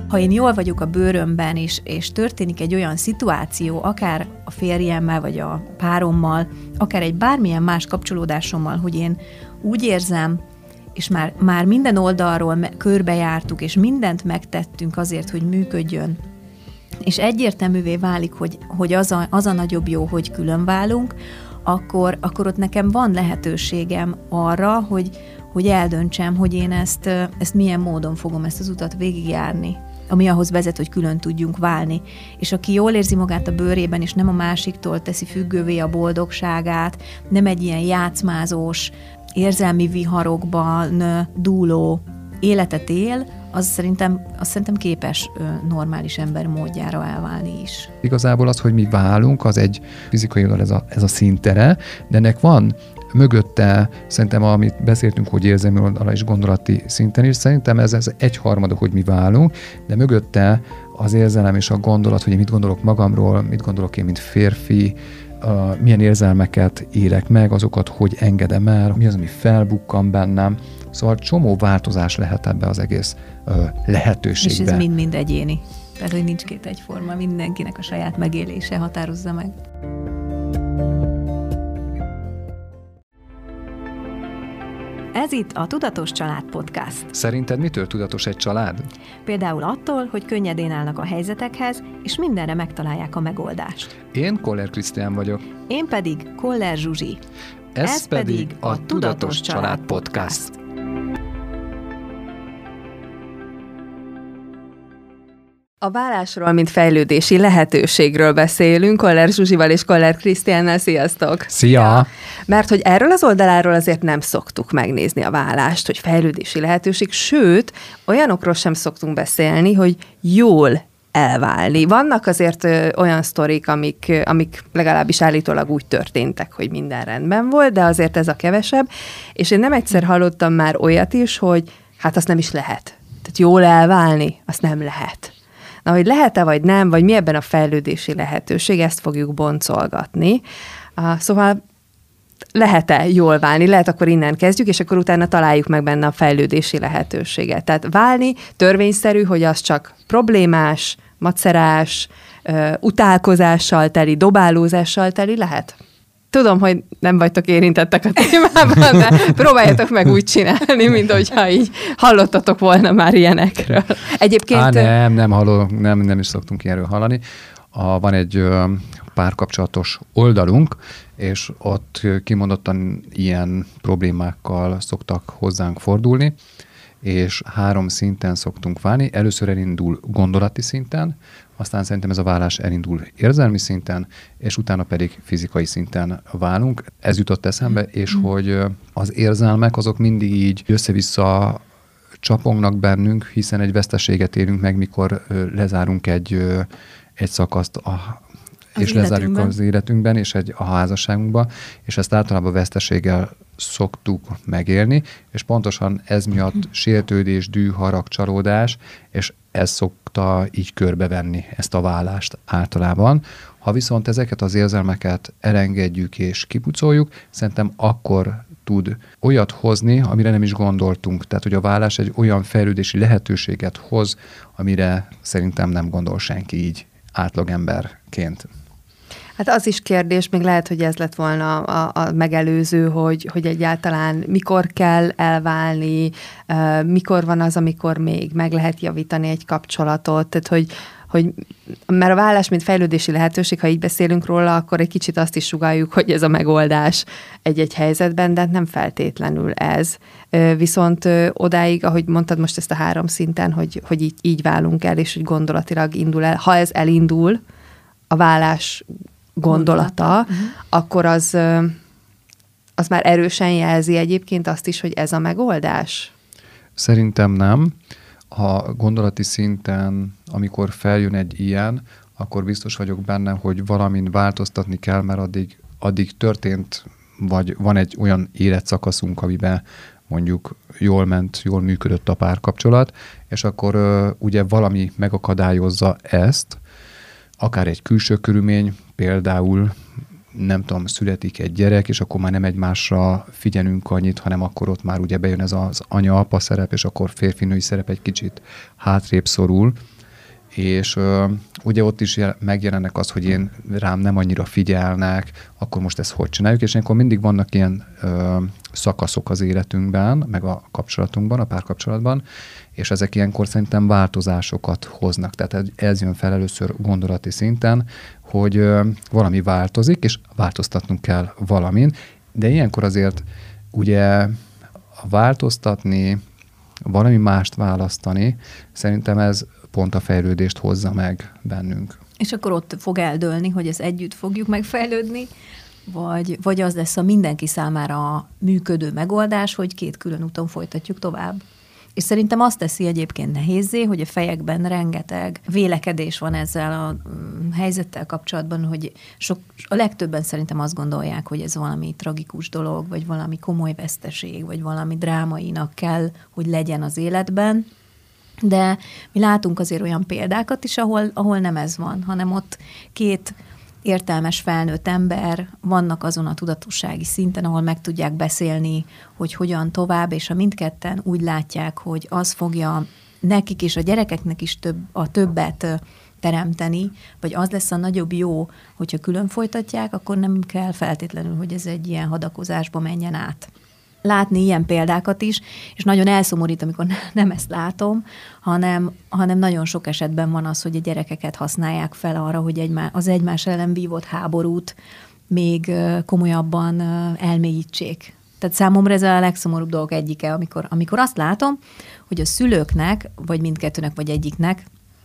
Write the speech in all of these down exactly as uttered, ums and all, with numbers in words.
Ha én jól vagyok a bőrömben, és, és történik egy olyan szituáció, akár a férjemmel, vagy a párommal, akár egy bármilyen más kapcsolódásommal, hogy én úgy érzem, és már, már minden oldalról me- körbejártuk, és mindent megtettünk azért, hogy működjön, és egyértelművé válik, hogy, hogy az, a, az a nagyobb jó, hogy külön válunk, akkor, akkor ott nekem van lehetőségem arra, hogy, hogy eldöntsem, hogy én ezt, ezt milyen módon fogom ezt az utat végigjárni, ami ahhoz vezet, hogy külön tudjunk válni. És aki jól érzi magát a bőrében, és nem a másiktól teszi függővé a boldogságát, nem egy ilyen játszmázós, érzelmi viharokban dúló életet él, az szerintem, az szerintem képes normális ember módjára elválni is. Igazából az, hogy mi válunk, az egy fizikailag ez a, ez a színtere, de ennek van mögötte, szerintem, amit beszéltünk, hogy érzelmi oldala és gondolati szinten is, szerintem ez, ez egyharmada, hogy mi válunk, de mögötte az érzelem és a gondolat, hogy én mit gondolok magamról, mit gondolok én, mint férfi, Uh, milyen érzelmeket élek meg, azokat hogy engedem el, mi az, ami felbukkan bennem. Szóval csomó változás lehet ebbe az egész uh, lehetőségbe. És ez mind-mind egyéni. Tehát, hogy nincs két egyforma, mindenkinek a saját megélése határozza meg. Ez itt a Tudatos Család Podcast. Szerinted mitől tudatos egy család? Például attól, hogy könnyedén állnak a helyzetekhez, és mindenre megtalálják a megoldást. Én Koller Krisztián vagyok. Én pedig Koller Zsuzsi. Ez, Ez pedig a Tudatos, Tudatos Család Podcast. A válásról, mint fejlődési lehetőségről beszélünk, Koller Zsuzsival és Koller Krisztiánnal. Sziasztok! Szia! Mert hogy erről az oldaláról azért nem szoktuk megnézni a válást, hogy fejlődési lehetőség, sőt, olyanokról sem szoktunk beszélni, hogy jól elválni. Vannak azért ö, olyan sztorik, amik, amik legalábbis állítólag úgy történtek, hogy minden rendben volt, de azért ez a kevesebb, és én nem egyszer hallottam már olyat is, hogy hát azt nem is lehet. Tehát jól elválni, azt nem lehet. Na, hogy lehet-e, vagy nem, vagy mi ebben a fejlődési lehetőség, ezt fogjuk boncolgatni. Uh, szóval lehet-e jól válni? Lehet, akkor innen kezdjük, és akkor utána találjuk meg benne a fejlődési lehetőséget. Tehát válni törvényszerű, hogy az csak problémás, macerás, uh, utálkozással teli, dobálózással teli lehet? Tudom, hogy nem vagytok érintettek a témában, de próbáljatok meg úgy csinálni, mint hogyha így hallottatok volna már ilyenekről. Egyébként... Á, nem, nem, hallom, nem, nem is szoktunk ilyenről hallani. A, van egy ö, párkapcsolatos oldalunk, és ott kimondottan ilyen problémákkal szoktak hozzánk fordulni, és három szinten szoktunk válni. Először elindul gondolati szinten, aztán szerintem ez a válás elindul érzelmi szinten, és utána pedig fizikai szinten válunk. Ez jutott eszembe, és mm. hogy az érzelmek azok mindig így össze-vissza csapongnak bennünk, hiszen egy veszteséget élünk meg, mikor lezárunk egy, egy szakaszt, a, és lezárjuk az életünkben, és egy, a házasságunkban, és ezt általában veszteséggel szoktuk megélni, és pontosan ez miatt sértődés, dű, harag, csalódás, és ez szokta így körbevenni ezt a válást általában. Ha viszont ezeket az érzelmeket elengedjük és kipucoljuk, szerintem akkor tud olyat hozni, amire nem is gondoltunk. Tehát, hogy a válás egy olyan fejlődési lehetőséget hoz, amire szerintem nem gondol senki így átlagemberként. Hát az is kérdés, még lehet, hogy ez lett volna a, a megelőző, hogy, hogy egyáltalán mikor kell elválni, uh, mikor van az, amikor még meg lehet javítani egy kapcsolatot, tehát hogy, hogy mert a válás, mint fejlődési lehetőség, ha így beszélünk róla, akkor egy kicsit azt is sugalljuk, hogy ez a megoldás egy-egy helyzetben, de nem feltétlenül ez. Uh, viszont uh, odáig, ahogy mondtad most ezt a három szinten, hogy, hogy így, így válunk el, és hogy gondolatilag indul el, ha ez elindul, a válás gondolata, uh-huh. akkor az, az már erősen jelzi egyébként azt is, hogy ez a megoldás? Szerintem nem. Ha gondolati szinten, amikor feljön egy ilyen, akkor biztos vagyok benne, hogy valamin változtatni kell, mert addig, addig történt, vagy van egy olyan életszakaszunk, amiben mondjuk jól ment, jól működött a párkapcsolat, és akkor ugye valami megakadályozza ezt, akár egy külső körülmény, például nem tudom, születik egy gyerek, és akkor már nem egymásra figyelünk annyit, hanem akkor ott már ugye bejön ez az anya-apa szerep, és akkor férfi-női szerep egy kicsit hátrébb szorul, és ö, ugye ott is megjelennek az, hogy én rám nem annyira figyelnek, akkor most ezt hogy csináljuk, és akkor mindig vannak ilyen ö, szakaszok az életünkben, meg a kapcsolatunkban, a párkapcsolatban, és ezek ilyenkor szerintem változásokat hoznak. Tehát ez jön fel először gondolati szinten, hogy ö, valami változik, és változtatnunk kell valamin, de ilyenkor azért ugye változtatni, valami mást választani, szerintem ez pont a fejlődést hozza meg bennünk. És akkor ott fog eldőlni, hogy ezt együtt fogjuk megfejlődni, vagy, vagy az lesz a mindenki számára működő megoldás, hogy két külön úton folytatjuk tovább. És szerintem azt teszi egyébként nehézzé, hogy a fejekben rengeteg vélekedés van ezzel a helyzettel kapcsolatban, hogy sok, a legtöbben szerintem azt gondolják, hogy ez valami tragikus dolog, vagy valami komoly veszteség, vagy valami drámainak kell, hogy legyen az életben. De mi látunk azért olyan példákat is, ahol, ahol nem ez van, hanem ott két értelmes felnőtt ember vannak azon a tudatossági szinten, ahol meg tudják beszélni, hogy hogyan tovább, és ha mindketten úgy látják, hogy az fogja nekik és a gyerekeknek is több, a többet teremteni, vagy az lesz a nagyobb jó, hogyha külön folytatják, akkor nem kell feltétlenül, hogy ez egy ilyen hadakozásba menjen át. Látni ilyen példákat is, és nagyon elszomorít, amikor nem ezt látom, hanem, hanem nagyon sok esetben van az, hogy a gyerekeket használják fel arra, hogy egymá, az egymás ellen vívott háborút még komolyabban elmélyítsék. Tehát számomra ez a legszomorúbb dolog egyike, amikor, amikor azt látom, hogy a szülőknek, vagy mindkettőnek, vagy egyiknek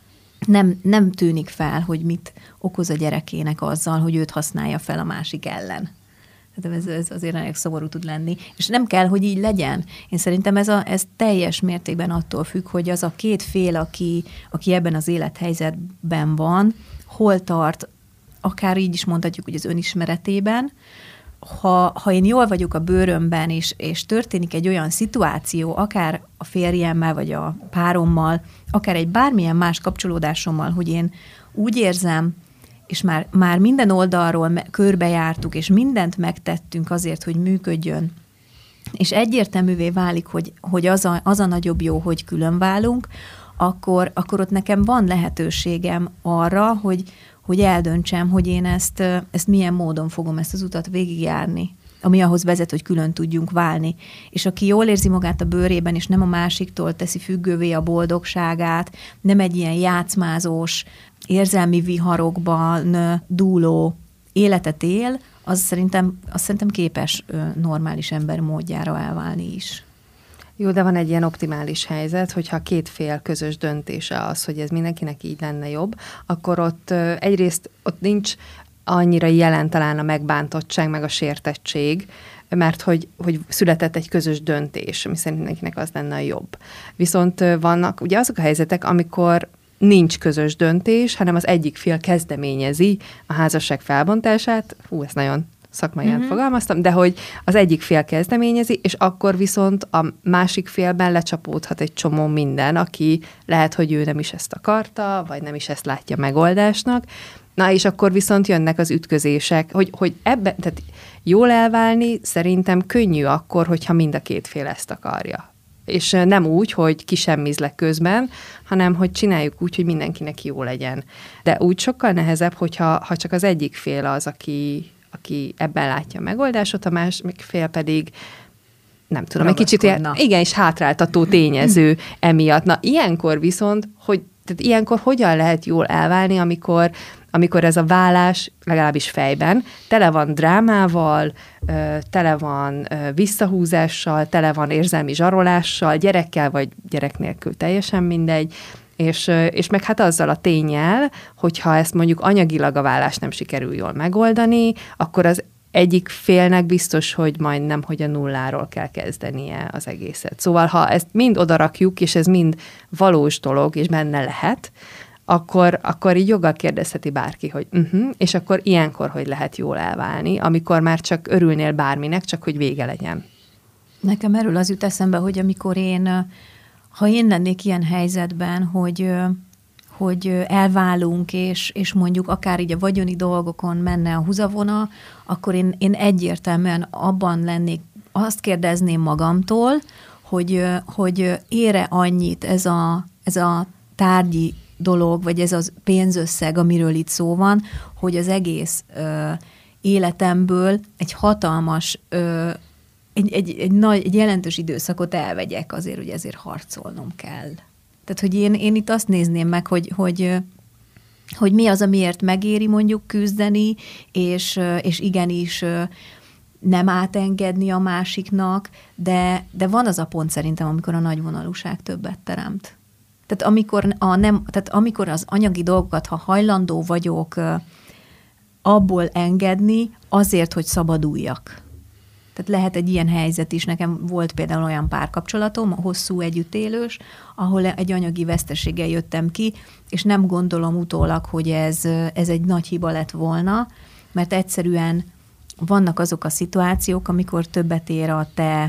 nem, nem tűnik fel, hogy mit okoz a gyerekének azzal, hogy őt használja fel a másik ellen. Tehát ez, ez azért nagyon szomorú tud lenni. És nem kell, hogy így legyen. Én szerintem ez, a, ez teljes mértékben attól függ, hogy az a két fél, aki, aki ebben az élethelyzetben van, hol tart, akár így is mondhatjuk, hogy az önismeretében. Ha, ha én jól vagyok a bőrömben, és, és történik egy olyan szituáció, akár a férjemmel, vagy a párommal, akár egy bármilyen más kapcsolódásommal, hogy én úgy érzem, és már, már minden oldalról körbejártuk, és mindent megtettünk azért, hogy működjön, és egyértelművé válik, hogy, hogy az, a, az a nagyobb jó, hogy külön válunk, akkor, akkor ott nekem van lehetőségem arra, hogy, hogy eldöntsem, hogy én ezt, ezt milyen módon fogom ezt az utat végigjárni, ami ahhoz vezet, hogy külön tudjunk válni. És aki jól érzi magát a bőrében, és nem a másiktól teszi függővé a boldogságát, nem egy ilyen játszmázós, érzelmi viharokban dúló életet él, az szerintem, az szerintem képes normális ember módjára elválni is. Jó, de van egy ilyen optimális helyzet, hogyha két fél közös döntése az, hogy ez mindenkinek így lenne jobb, akkor ott egyrészt ott nincs annyira jelen talán a megbántottság, meg a sértettség, mert hogy, hogy született egy közös döntés, ami szerint mindenkinek az lenne a jobb. Viszont vannak ugye azok a helyzetek, amikor nincs közös döntés, hanem az egyik fél kezdeményezi a házasság felbontását. Hú, ezt nagyon szakmaian mm-hmm. fogalmaztam, de hogy az egyik fél kezdeményezi, és akkor viszont a másik félben lecsapódhat egy csomó minden, aki lehet, hogy ő nem is ezt akarta, vagy nem is ezt látja megoldásnak. Na, és akkor viszont jönnek az ütközések, hogy, hogy ebben, tehát jól elválni szerintem könnyű akkor, hogyha mind a két fél ezt akarja. És nem úgy, hogy kisemmizlek közben, hanem hogy csináljuk úgy, hogy mindenkinek jó legyen. De úgy sokkal nehezebb, hogyha ha csak az egyik fél az, aki, aki ebben látja a megoldásot, a másik fél pedig nem tudom, egy kicsit ilyen, igen, és hátráltató tényező emiatt. Na, ilyenkor viszont, hogy tehát ilyenkor hogyan lehet jól elválni, amikor, amikor ez a válás, legalábbis fejben, tele van drámával, tele van visszahúzással, tele van érzelmi zsarolással, gyerekkel vagy gyerek nélkül teljesen mindegy, és, és meg hát azzal a ténnyel, hogyha ezt mondjuk anyagilag a válás nem sikerül jól megoldani, akkor az egyik félnek biztos, hogy majdnem, hogy a nulláról kell kezdenie az egészet. Szóval, ha ezt mind odarakjuk, és ez mind valós dolog, és benne lehet, akkor, akkor így joggal kérdezheti bárki, hogy uh-huh, és akkor ilyenkor, hogy lehet jól elválni, amikor már csak örülnél bárminek, csak hogy vége legyen. Nekem erről az jut eszembe, hogy amikor én, ha én lennék ilyen helyzetben, hogy hogy elválunk, és, és mondjuk akár így a vagyoni dolgokon menne a húzavona, akkor én, én egyértelműen abban lennék, azt kérdezném magamtól, hogy, hogy ére annyit ez a, ez a tárgyi dolog, vagy ez az pénzösszeg, amiről itt szó van, hogy az egész ö, életemből egy hatalmas, ö, egy, egy, egy, nagy, egy jelentős időszakot elvegyek azért, hogy ezért harcolnom kell. Tehát, hogy én, én itt azt nézném meg, hogy, hogy, hogy mi az, amiért megéri mondjuk küzdeni, és, és igenis nem átengedni a másiknak, de, de van az a pont szerintem, amikor a nagyvonalúság többet teremt. Tehát amikor, a nem, tehát amikor az anyagi dolgokat, ha hajlandó vagyok abból engedni, azért, hogy szabaduljak. Tehát lehet egy ilyen helyzet is. Nekem volt például olyan párkapcsolatom, hosszú együttélős, ahol egy anyagi veszteséggel jöttem ki, és nem gondolom utólag, hogy ez, ez egy nagy hiba lett volna, mert egyszerűen vannak azok a szituációk, amikor többet ér a te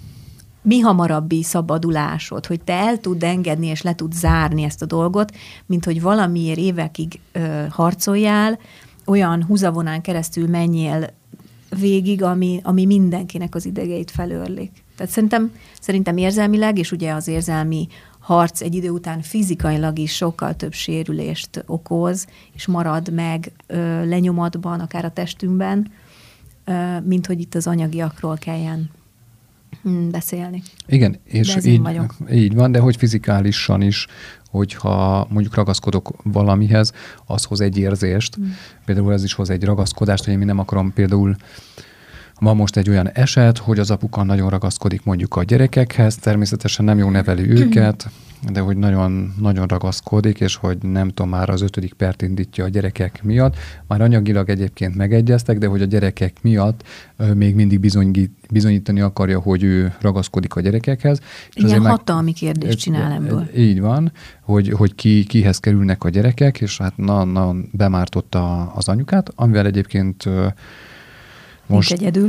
mi hamarabbi szabadulásod, hogy te el tud engedni és le tud zárni ezt a dolgot, mint hogy valamiért évekig ö, harcoljál, olyan húzavonán keresztül menjél végig, ami, ami mindenkinek az idegeit felőrlik. Tehát szerintem, szerintem érzelmileg, és ugye az érzelmi harc egy idő után fizikailag is sokkal több sérülést okoz, és marad meg ö, lenyomatban, akár a testünkben, ö, mint hogy itt az anyagiakról kelljen beszélni. Igen, és így, így van, de hogy fizikálisan is, hogyha mondjuk ragaszkodok valamihez, az hoz egy érzést. Mm. Például ez is hoz egy ragaszkodást, hogy én nem akarom például, van most egy olyan eset, hogy az apuka nagyon ragaszkodik mondjuk a gyerekekhez, természetesen nem jól neveli őket, de hogy nagyon, nagyon ragaszkodik, és hogy nem tudom, már az ötödik pert indítja a gyerekek miatt. Már anyagilag egyébként megegyeztek, de hogy a gyerekek miatt még mindig bizony, bizonyítani akarja, hogy ő ragaszkodik a gyerekekhez. És ilyen hatalmi kérdést csinál ebből. Így van, hogy, hogy ki, kihez kerülnek a gyerekek, és hát na, na, bemártotta az anyukát, amivel egyébként most, nincs egyedül.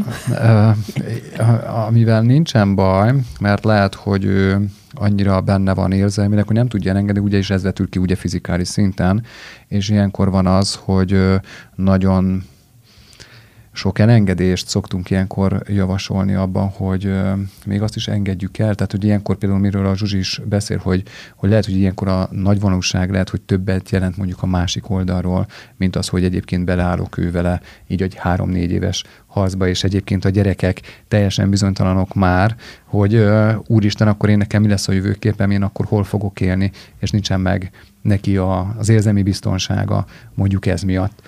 Amivel nincsen baj, mert lehet, hogy ő annyira benne van érzelmileg, hogy nem tudja elengedni, ugye is ez vetül ki ugye fizikális szinten, és ilyenkor van az, hogy nagyon sok elengedést szoktunk ilyenkor javasolni abban, hogy még azt is engedjük el. Tehát, hogy ilyenkor például miről a Zsuzsi is beszél, hogy, hogy lehet, hogy ilyenkor a nagyvonalúság lehet, hogy többet jelent mondjuk a másik oldalról, mint az, hogy egyébként beleállok ő vele így egy három-négy éves harcba, és egyébként a gyerekek teljesen bizonytalanok már, hogy úristen, akkor én nekem mi lesz a jövőképem, én akkor hol fogok élni, és nincsen meg neki a, az érzelmi biztonsága mondjuk ez miatt.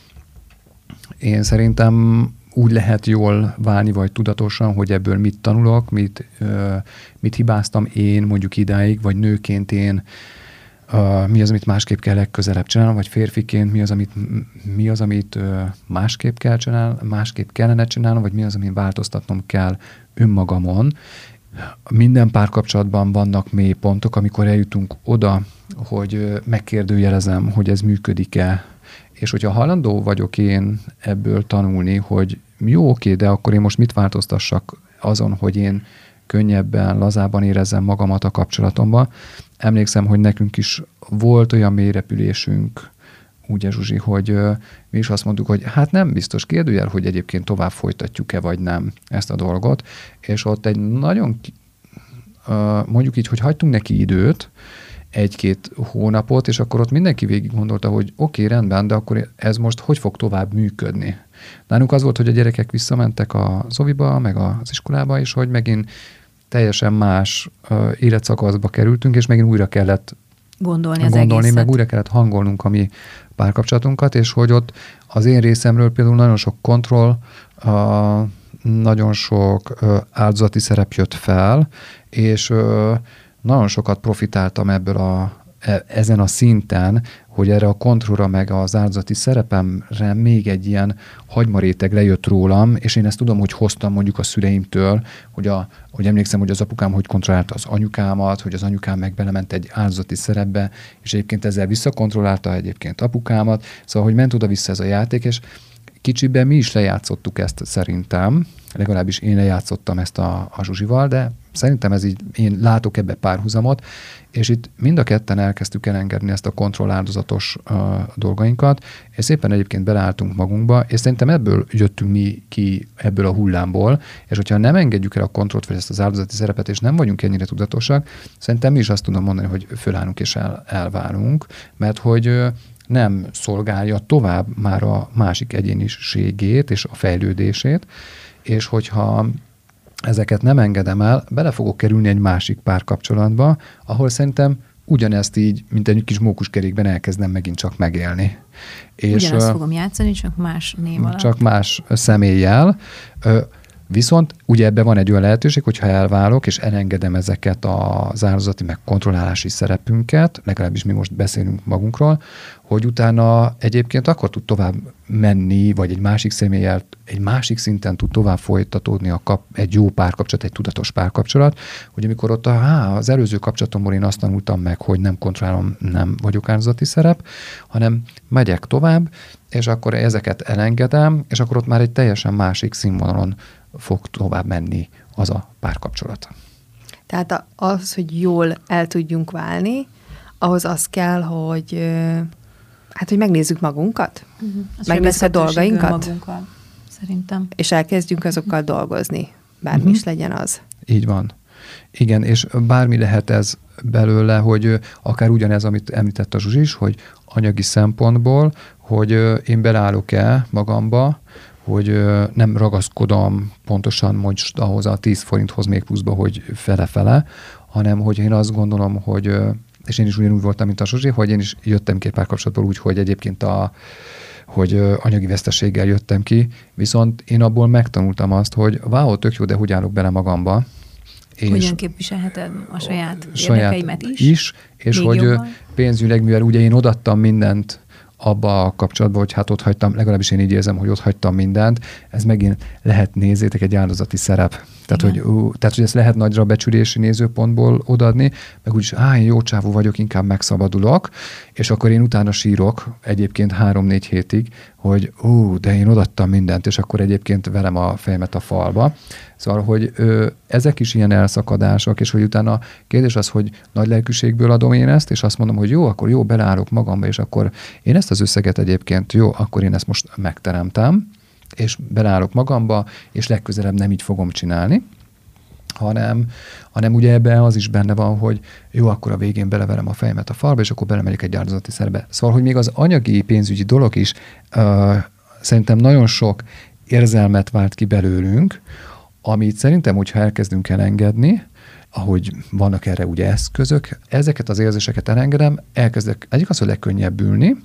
Én szerintem úgy lehet jól válni, vagy tudatosan, hogy ebből mit tanulok, mit, uh, mit hibáztam én mondjuk idáig, vagy nőként én, uh, mi az, amit másképp kell legközelebb csinálnom, vagy férfiként mi az, amit, mi az, amit uh, másképp kell csinálnom, másképp kellene csinálnom, vagy mi az, amit változtatnom kell önmagamon. Minden párkapcsolatban vannak mély pontok, amikor eljutunk oda, hogy uh, megkérdőjelezem, hogy ez működik-e, és hogyha hajlandó vagyok én ebből tanulni, hogy jó, oké, de akkor én most mit változtassak azon, hogy én könnyebben, lazában érezzem magamat a kapcsolatomban. Emlékszem, hogy nekünk is volt olyan mélyrepülésünk, ugye Zsuzsi, hogy uh, mi is azt mondtuk, hogy hát nem biztos, kérdőjel, hogy egyébként tovább folytatjuk-e vagy nem ezt a dolgot, és ott egy nagyon, uh, mondjuk így, hogy hagytunk neki időt, egy-két hónapot, és akkor ott mindenki végig gondolta, hogy oké, okay, rendben, de akkor ez most hogy fog tovább működni? Nálunk az volt, hogy a gyerekek visszamentek az oviba, meg az iskolába, és hogy megint teljesen más uh, életszakaszba kerültünk, és megint újra kellett gondolni, az gondolni meg újra kellett hangolnunk a mi párkapcsolatunkat, és hogy ott az én részemről például nagyon sok kontroll, uh, nagyon sok uh, áldozati szerep jött fel, és uh, nagyon sokat profitáltam ebből a, ezen a szinten, hogy erre a kontrollra meg az áldozati szerepemre még egy ilyen hagymaréteg lejött rólam, és én ezt tudom, hogy hoztam mondjuk a szüleimtől, hogy, a, hogy emlékszem, hogy az apukám hogy kontrollálta az anyukámat, hogy az anyukám meg belement egy áldozati szerepbe, és egyébként ezzel visszakontrollálta egyébként apukámat, szóval, hogy ment oda-vissza ez a játék, és kicsiben mi is lejátszottuk ezt szerintem, legalábbis én lejátszottam ezt a, a Zsuzsival, de szerintem ez így, én látok ebbe párhuzamot, és itt mind a ketten elkezdtük elengedni ezt a kontrolláldozatos uh, dolgainkat, és szépen egyébként beleálltunk magunkba, és szerintem ebből jöttünk mi ki ebből a hullámból, és hogyha nem engedjük el a kontrollt, vagy ezt az áldozati szerepet, és nem vagyunk ennyire tudatosak, szerintem mi is azt tudom mondani, hogy fölállunk és el, elválunk, mert hogy uh, nem szolgálja tovább már a másik egyéniségét és a fejlődését, és hogyha ezeket nem engedem el, bele fogok kerülni egy másik párkapcsolatba, ahol szerintem ugyanezt így, mint egy kis mókuskerékben elkezdem megint csak megélni. Ugyanazt fogom játszani, csak más név alatt. Csak más személlyel. Viszont ugye ebben van egy olyan lehetőség, hogyha elválok, és elengedem ezeket az áldozati meg kontrollálási szerepünket, legalábbis mi most beszélünk magunkról, hogy utána egyébként akkor tud tovább menni, vagy egy másik személlyel, egy másik szinten tud tovább folytatódni a kap, egy jó párkapcsolat, egy tudatos párkapcsolat, hogy amikor ott a, há, az előző kapcsolatomból én azt tanultam meg, hogy nem kontrollálom, nem vagyok áldozati szerep, hanem megyek tovább, és akkor ezeket elengedem, és akkor ott már egy teljesen másik színvonalon fog tovább menni az a párkapcsolat. Tehát az, hogy jól el tudjunk válni, ahhoz az kell, hogy hát, hogy megnézzük magunkat, uh-huh. megnézzük a dolgainkat, magunkkal, szerintem. És elkezdjünk azokkal uh-huh. dolgozni, bármi uh-huh. is legyen az. Így van. Igen, és bármi lehet ez belőle, hogy akár ugyanez, amit említett a Zsuzsi is, hogy anyagi szempontból, hogy én beleállok-e magamba, hogy nem ragaszkodom pontosan most ahhoz a tíz forinthoz még pluszba, hogy fele-fele, hanem hogy én azt gondolom, hogy, és én is ugyanúgy voltam, mint a Zsuzsi, hogy én is jöttem ki egy párkapcsolatból úgy, hogy egyébként a, hogy anyagi veszteséggel jöttem ki, viszont én abból megtanultam azt, hogy váó, tök jó, de hogy állok bele magamba. És hogyan képviselheted a saját, saját érdekeimet is? is és hogy jobban? Pénzügyileg, mivel ugye én odaadtam mindent abba a kapcsolatban, hogy hát ott hagytam, legalábbis én így érzem, hogy ott hagytam mindent, ez megint lehet, nézzétek, egy áldozati szerep. Tehát hogy, ú, tehát, hogy ezt lehet nagyra becsülési nézőpontból odaadni, meg úgyis, á, én jó csávú vagyok, inkább megszabadulok, és akkor én utána sírok egyébként három-négy hétig, hogy ú, de én odaadtam mindent, és akkor egyébként verem a fejemet a falba. Szóval, hogy ö, ezek is ilyen elszakadások, és hogy utána kérdés az, hogy nagy lelkűségből adom én ezt, és azt mondom, hogy jó, akkor jó, beleállok magamba, és akkor én ezt az összeget egyébként, jó, akkor én ezt most megteremtem, és beleállok magamba, és legközelebb nem így fogom csinálni, hanem, hanem ugye ebben az is benne van, hogy jó, akkor a végén beleverem a fejemet a falba, és akkor belemegyek egy áldozati szerbe. Szóval, hogy még az anyagi pénzügyi dolog is uh, szerintem nagyon sok érzelmet vált ki belőlünk, amit szerintem, hogyha elkezdünk elengedni, ahogy vannak erre ugye eszközök, ezeket az érzéseket elengedem, elkezdek egyik az, hogy lekönnyebbülni,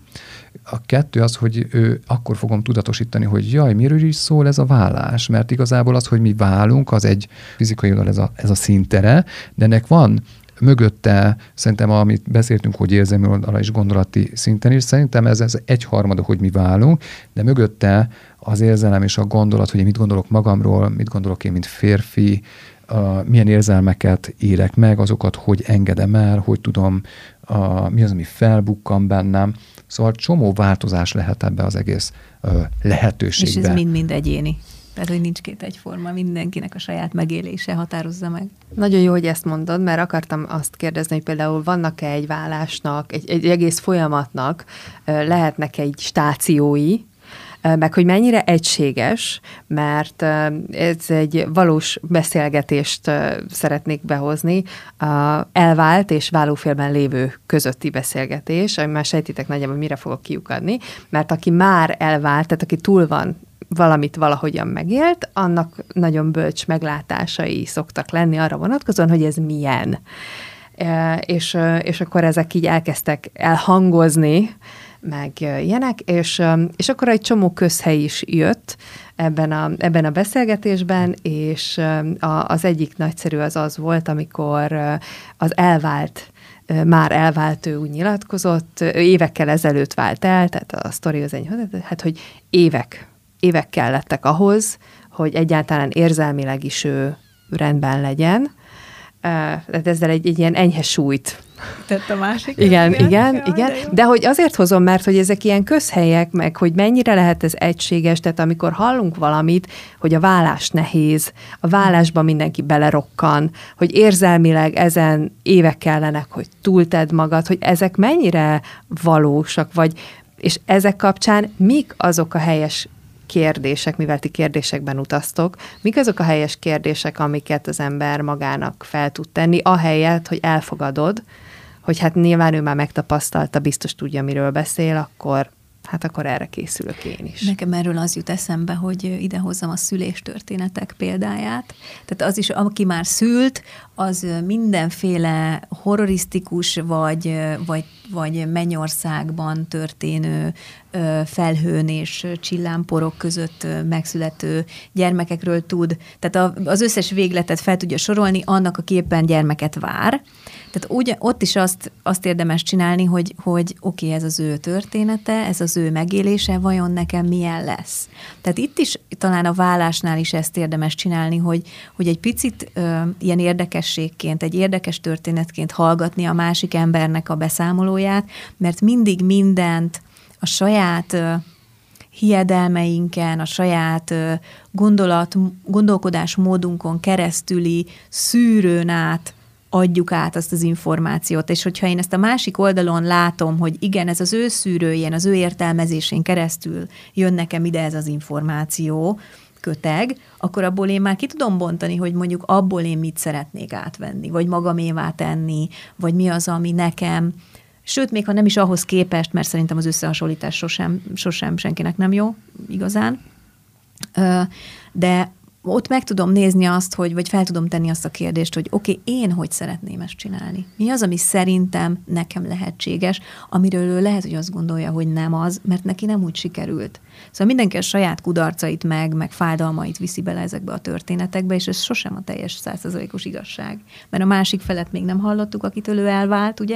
a kettő az, hogy ő, akkor fogom tudatosítani, hogy jaj, miről is szól ez a vállás, mert igazából az, hogy mi válunk, az egy fizikai oldal, ez a, ez a színtere, de ennek van mögötte, szerintem, amit beszéltünk, hogy érzelmi oldala és gondolati szinten is, szerintem ez, ez egyharmada, hogy mi válunk, de mögötte az érzelem és a gondolat, hogy én mit gondolok magamról, mit gondolok én, mint férfi, Uh, milyen érzelmeket élek meg, azokat hogy engedem el, hogy tudom, uh, mi az, ami felbukkan bennem. Szóval csomó változás lehet ebbe az egész uh, lehetőségbe. És ez mind-mind egyéni. Tehát, hogy nincs két egyforma, mindenkinek a saját megélése határozza meg. Nagyon jó, hogy ezt mondod, mert akartam azt kérdezni, hogy például vannak-e egy vállásnak, egy, egy egész folyamatnak uh, lehetnek egy stációi, meg hogy mennyire egységes, mert ez egy valós beszélgetést szeretnék behozni, elvált és válófélben lévő közötti beszélgetés, ami már sejtitek nagyjából, mire fogok kiukadni, mert aki már elvált, tehát aki túl van, valamit valahogyan megélt, annak nagyon bölcs meglátásai szoktak lenni arra vonatkozóan, hogy ez milyen. És, és akkor ezek így elkezdtek elhangozni, meg ilyenek, és, és akkor egy csomó közhely is jött ebben a, ebben a beszélgetésben, és a, az egyik nagyszerű az az volt, amikor az elvált, már elvált ő úgy nyilatkozott, évekkel ezelőtt vált el, tehát a sztori az enyhű, hát hogy évek, évek kellettek ahhoz, hogy egyáltalán érzelmileg is ő rendben legyen, uh, ezzel egy, egy ilyen enyhe súlyt. Tett a másik. Igen, igen, igen, jaj, igen. de, de hogy azért hozom, mert hogy ezek ilyen közhelyek, meg hogy mennyire lehet ez egységes, tehát amikor hallunk valamit, hogy a vállás nehéz, a vállásban mindenki belerokkan, hogy érzelmileg ezen évek kellenek, hogy túltedd magad, hogy ezek mennyire valósak, vagy, és ezek kapcsán mik azok a helyes kérdések, mivel ti kérdésekben utaztok, mik azok a helyes kérdések, amiket az ember magának fel tud tenni, ahelyett, hogy elfogadod, hogy hát nyilván ő már megtapasztalta, biztos tudja, miről beszél, akkor hát akkor erre készülök én is. Nekem erről az jut eszembe, hogy idehozzam a szüléstörténetek példáját. Tehát az is, aki már szült, az mindenféle horrorisztikus vagy, vagy, vagy Mennyországban történő felhőn és csillámporok között megszülető gyermekekről tud. Tehát az összes végletet fel tudja sorolni annak, aki éppen gyermeket vár. Tehát ugye, ott is azt, azt érdemes csinálni, hogy, hogy oké, okay, ez az ő története, ez az ő megélése, vajon nekem milyen lesz. Tehát itt is talán a vállásnál is ezt érdemes csinálni, hogy, hogy egy picit ö, ilyen érdekességként, egy érdekes történetként hallgatni a másik embernek a beszámolóját, mert mindig mindent a saját ö, hiedelmeinken, a saját ö, gondolat, gondolkodásmódunkon keresztüli szűrőn át adjuk át azt az információt, és hogyha én ezt a másik oldalon látom, hogy igen, ez az ő szűrőjén, az ő értelmezésén keresztül jön nekem ide ez az információ, köteg, akkor abból én már ki tudom bontani, hogy mondjuk abból én mit szeretnék átvenni, vagy magamévá tenni, vagy mi az, ami nekem, sőt, még ha nem is ahhoz képest, mert szerintem az összehasonlítás sosem, sosem senkinek nem jó, igazán, de ott meg tudom nézni azt, hogy, vagy fel tudom tenni azt a kérdést, hogy oké, okay, én hogy szeretném ezt csinálni? Mi az, ami szerintem nekem lehetséges, amiről ő lehet, hogy azt gondolja, hogy nem az, mert neki nem úgy sikerült. Szóval mindenki a saját kudarcait meg, meg fájdalmait viszi bele ezekbe a történetekbe, és ez sosem a teljes százszerzalékos igazság. Mert a másik felet még nem hallottuk, akitől ő elvált, ugye?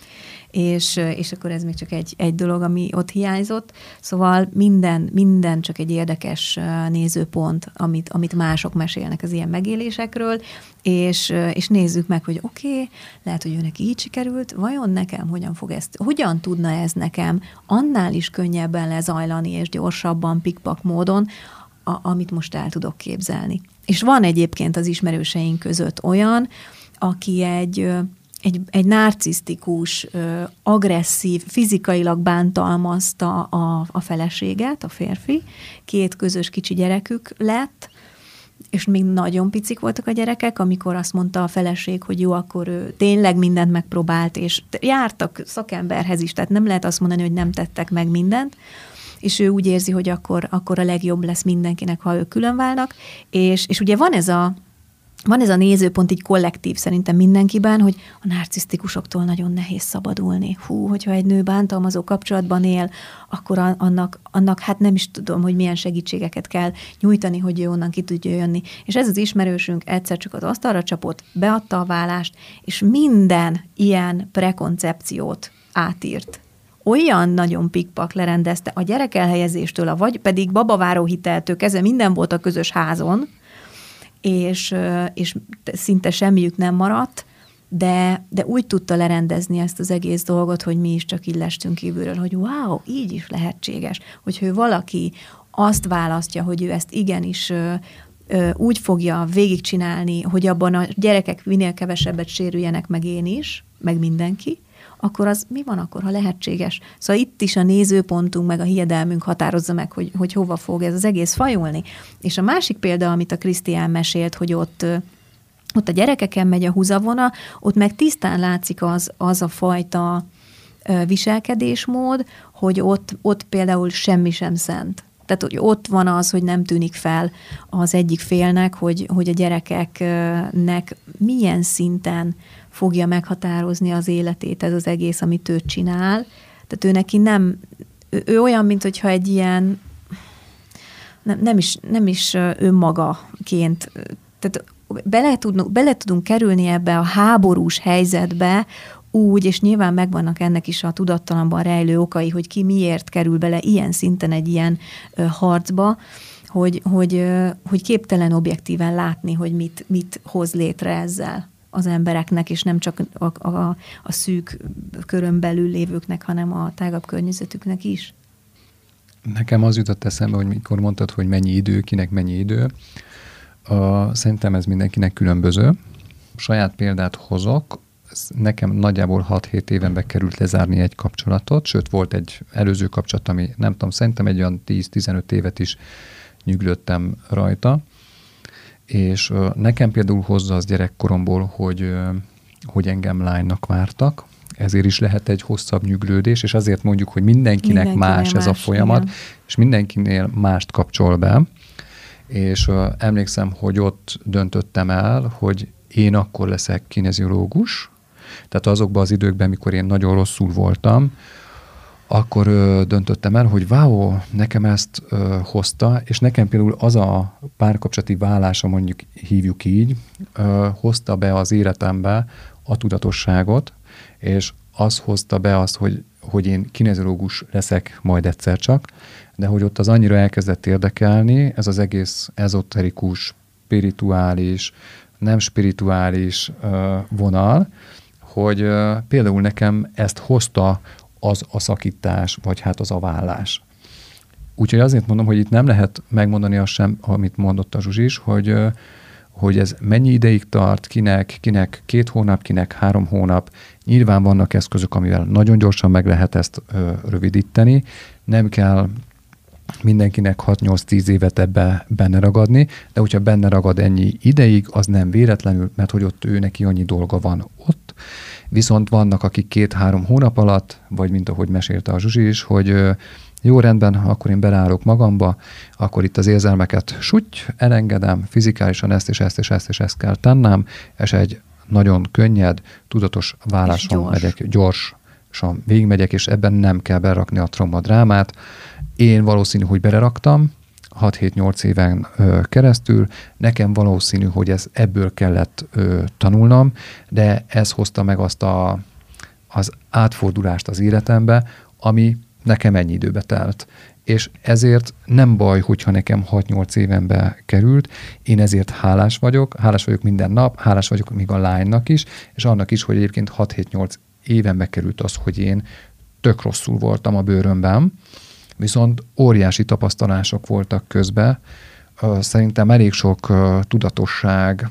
És, és akkor ez még csak egy, egy dolog, ami ott hiányzott. Szóval minden, minden csak egy érdekes nézőpont, amit, amit mások mesélnek az ilyen megélésekről, és, és nézzük meg, hogy oké, okay, lehet, hogy őnek így sikerült, vajon nekem hogyan fog ezt, hogyan tudna ez nekem annál is könnyebben lezajlani, és gyorsabban, pikpak módon, a, amit most el tudok képzelni. És van egyébként az ismerőseink között olyan, aki egy... Egy, egy narcisztikus, agresszív, fizikailag bántalmazta a, a feleséget, a férfi. Két közös kicsi gyerekük lett, és még nagyon picik voltak a gyerekek, amikor azt mondta a feleség, hogy jó, akkor ő tényleg mindent megpróbált, és jártak szakemberhez is, tehát nem lehet azt mondani, hogy nem tettek meg mindent, és ő úgy érzi, hogy akkor, akkor a legjobb lesz mindenkinek, ha ők különválnak, és, és ugye van ez a Van ez a nézőpont így kollektív szerintem mindenkiben, hogy a narcisztikusoktól nagyon nehéz szabadulni. Hú, hogyha egy nő bántalmazó kapcsolatban él, akkor annak, annak hát nem is tudom, hogy milyen segítségeket kell nyújtani, hogy ő onnan ki tudja jönni. És ez az ismerősünk egyszer csak az asztalra csapott, beadta a vállást, és minden ilyen prekoncepciót átírt. Olyan nagyon pikpak lerendezte a gyerek elhelyezéstől, a vagy pedig babaváró hiteltől kezdve minden volt a közös házon, és, és szinte semmiük nem maradt, de, de úgy tudta lerendezni ezt az egész dolgot, hogy mi is csak így lestünk kívülről, hogy wow, így is lehetséges, hogyha ő valaki azt választja, hogy ő ezt igenis ö, ö, úgy fogja végigcsinálni, hogy abban a gyerekek minél kevesebbet sérüljenek, meg én is, meg mindenki, akkor az mi van akkor, ha lehetséges? Szóval itt is a nézőpontunk, meg a hiedelmünk határozza meg, hogy, hogy hova fog ez az egész fajulni. És a másik példa, amit a Krisztián mesélt, hogy ott, ott a gyerekeken megy a húzavona, ott meg tisztán látszik az, az a fajta viselkedésmód, hogy ott, ott például semmi sem szent. Tehát, hogy ott van az, hogy nem tűnik fel az egyik félnek, hogy, hogy a gyerekeknek milyen szinten fogja meghatározni az életét ez az egész, amit ő csinál. Tehát ő neki nem, ő, ő olyan, mint hogyha egy ilyen, nem, nem, is, nem is önmagaként, tehát bele tudunk, bele tudunk kerülni ebbe a háborús helyzetbe, úgy, és nyilván megvannak ennek is a tudattalamban rejlő okai, hogy ki miért kerül bele ilyen szinten egy ilyen ö, harcba, hogy, hogy, ö, hogy képtelen objektíven látni, hogy mit, mit hoz létre ezzel. az embereknek, és nem csak a, a, a szűk körön belül lévőknek, hanem a tágabb környezetüknek is? Nekem az jutott eszembe, hogy mikor mondtad, hogy mennyi idő, kinek mennyi idő. Uh, szerintem ez mindenkinek különböző. Saját példát hozok. Nekem nagyjából hat-hét évenbe került lezárni egy kapcsolatot, sőt volt egy előző kapcsolat, ami nem tudom, szerintem egy olyan tíz-tizenöt évet is nyüglődtem rajta. És uh, nekem például hozza az gyerekkoromból, hogy, uh, hogy engem lánynak vártak, ezért is lehet egy hosszabb nyüglődés, és azért mondjuk, hogy mindenkinek, mindenkinek más, más ez a folyamat, igen. És mindenkinél mást kapcsol be. És uh, emlékszem, hogy ott döntöttem el, hogy én akkor leszek kineziológus, tehát azokban az időkben, mikor én nagyon rosszul voltam, akkor ö, döntöttem el, hogy wow, nekem ezt ö, hozta, és nekem például az a párkapcsolati válása, mondjuk hívjuk így, ö, hozta be az életembe a tudatosságot, és az hozta be azt, hogy, hogy én kineziológus leszek majd egyszer csak, de hogy ott az annyira elkezdett érdekelni, ez az egész ezoterikus, spirituális, nem spirituális ö, vonal, hogy ö, például nekem ezt hozta az a szakítás, vagy hát az a vállás. Úgyhogy azért mondom, hogy itt nem lehet megmondani azt sem, amit mondott a Zsuzsi is, hogy, ö, hogy ez mennyi ideig tart, kinek, kinek két hónap, kinek három hónap. Nyilván vannak eszközök, amivel nagyon gyorsan meg lehet ezt ö, rövidíteni. Nem kell mindenkinek hat-nyolc-tíz évet ebbe benne ragadni, de hogyha benne ragad ennyi ideig, az nem véletlenül, mert hogy ott ő neki annyi dolga van ott. Viszont vannak, akik két-három hónap alatt, vagy mint ahogy mesélte a Zsuzsi is, hogy jó, rendben, akkor én belállok magamba, akkor itt az érzelmeket súty, elengedem, fizikálisan ezt és ezt és ezt és ezt kell tennem, és egy nagyon könnyed, tudatos váláson megyek, gyorsan végigmegyek, és ebben nem kell berakni a traumadrámát. Én valószínű, hogy beleraktam hat-hét-nyolc éven ö, keresztül. Nekem valószínű, hogy ez ebből kellett ö, tanulnom, de ez hozta meg azt a, az átfordulást az életembe, ami nekem ennyi időbe telt. És ezért nem baj, hogyha nekem hat-nyolc évenbe került. Én ezért hálás vagyok, hálás vagyok minden nap, hálás vagyok még a lánynak is, és annak is, hogy egyébként hat-hét-nyolc évenbe került az, hogy én tök rosszul voltam a bőrömben, viszont óriási tapasztalások voltak közben. Szerintem elég sok tudatosság,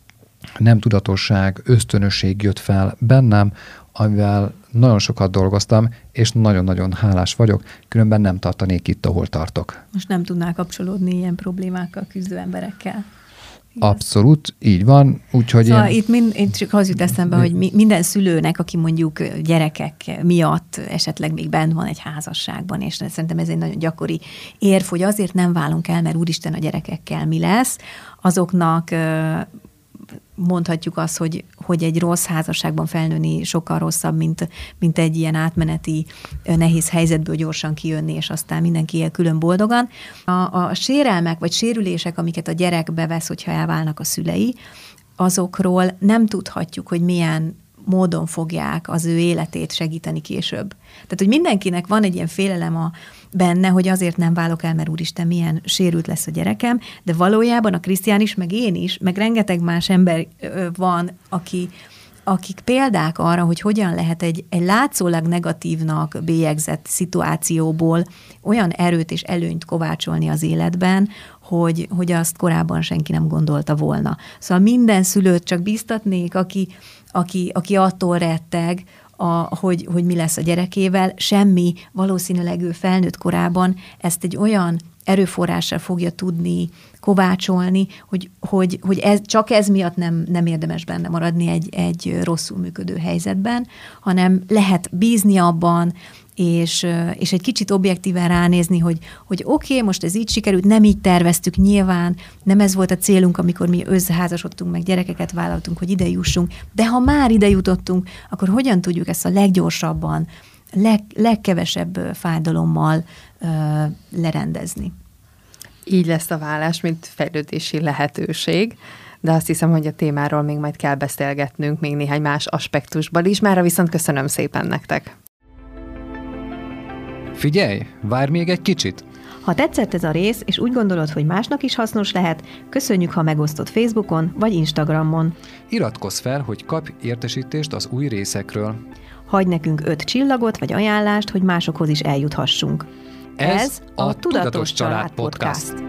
nem tudatosság, ösztönösség jött fel bennem, amivel nagyon sokat dolgoztam, és nagyon-nagyon hálás vagyok, különben nem tartanék itt, ahol tartok. Most nem tudnál kapcsolódni ilyen problémákkal küzdő emberekkel. Abszolút, így van. Úgyhogy szóval én... itt mind, én csak az jut eszembe, hogy mi, minden szülőnek, aki mondjuk gyerekek miatt esetleg még bent van egy házasságban, és szerintem ez egy nagyon gyakori érv, hogy azért nem válunk el, mert úristen a gyerekekkel mi lesz, azoknak mondhatjuk azt, hogy, hogy egy rossz házasságban felnőni sokkal rosszabb, mint, mint egy ilyen átmeneti nehéz helyzetből gyorsan kijönni, és aztán mindenki él külön boldogan. A, a sérelmek vagy sérülések, amiket a gyerek bevesz, hogyha elválnak a szülei, azokról nem tudhatjuk, hogy milyen módon fogják az ő életét segíteni később. Tehát, hogy mindenkinek van egy ilyen félelem a benne, hogy azért nem válok el, mert úristen, milyen sérült lesz a gyerekem, de valójában a Krisztián is, meg én is, meg rengeteg más ember van, aki, akik példák arra, hogy hogyan lehet egy, egy látszólag negatívnak bélyegzett szituációból olyan erőt és előnyt kovácsolni az életben, hogy, hogy azt korábban senki nem gondolta volna. Szóval minden szülőt csak bíztatnék, aki, aki, aki attól retteg, A, hogy, hogy mi lesz a gyerekével, semmi, valószínűleg ő felnőtt korában ezt egy olyan erőforrással fogja tudni kovácsolni, hogy, hogy, hogy ez, csak ez miatt nem, nem érdemes benne maradni egy, egy rosszul működő helyzetben, hanem lehet bízni abban, és, és egy kicsit objektíven ránézni, hogy, hogy oké, okay, most ez így sikerült, nem így terveztük nyilván, nem ez volt a célunk, amikor mi összeházasodtunk, meg gyerekeket vállaltunk, hogy ide jussunk, de ha már ide jutottunk, akkor hogyan tudjuk ezt a leggyorsabban, leg, legkevesebb fájdalommal uh, lerendezni? Így lesz a vállás, mint fejlődési lehetőség, de azt hiszem, hogy a témáról még majd kell beszélgetnünk, még néhány más aspektusban is. Mára viszont köszönöm szépen nektek. Figyelj, várj még egy kicsit! Ha tetszett ez a rész, és úgy gondolod, hogy másnak is hasznos lehet, köszönjük, ha megosztod Facebookon vagy Instagramon. Iratkozz fel, hogy kapj értesítést az új részekről. Hagyj nekünk öt csillagot vagy ajánlást, hogy másokhoz is eljuthassunk. Ez, Ez a Tudatos Család Podcast.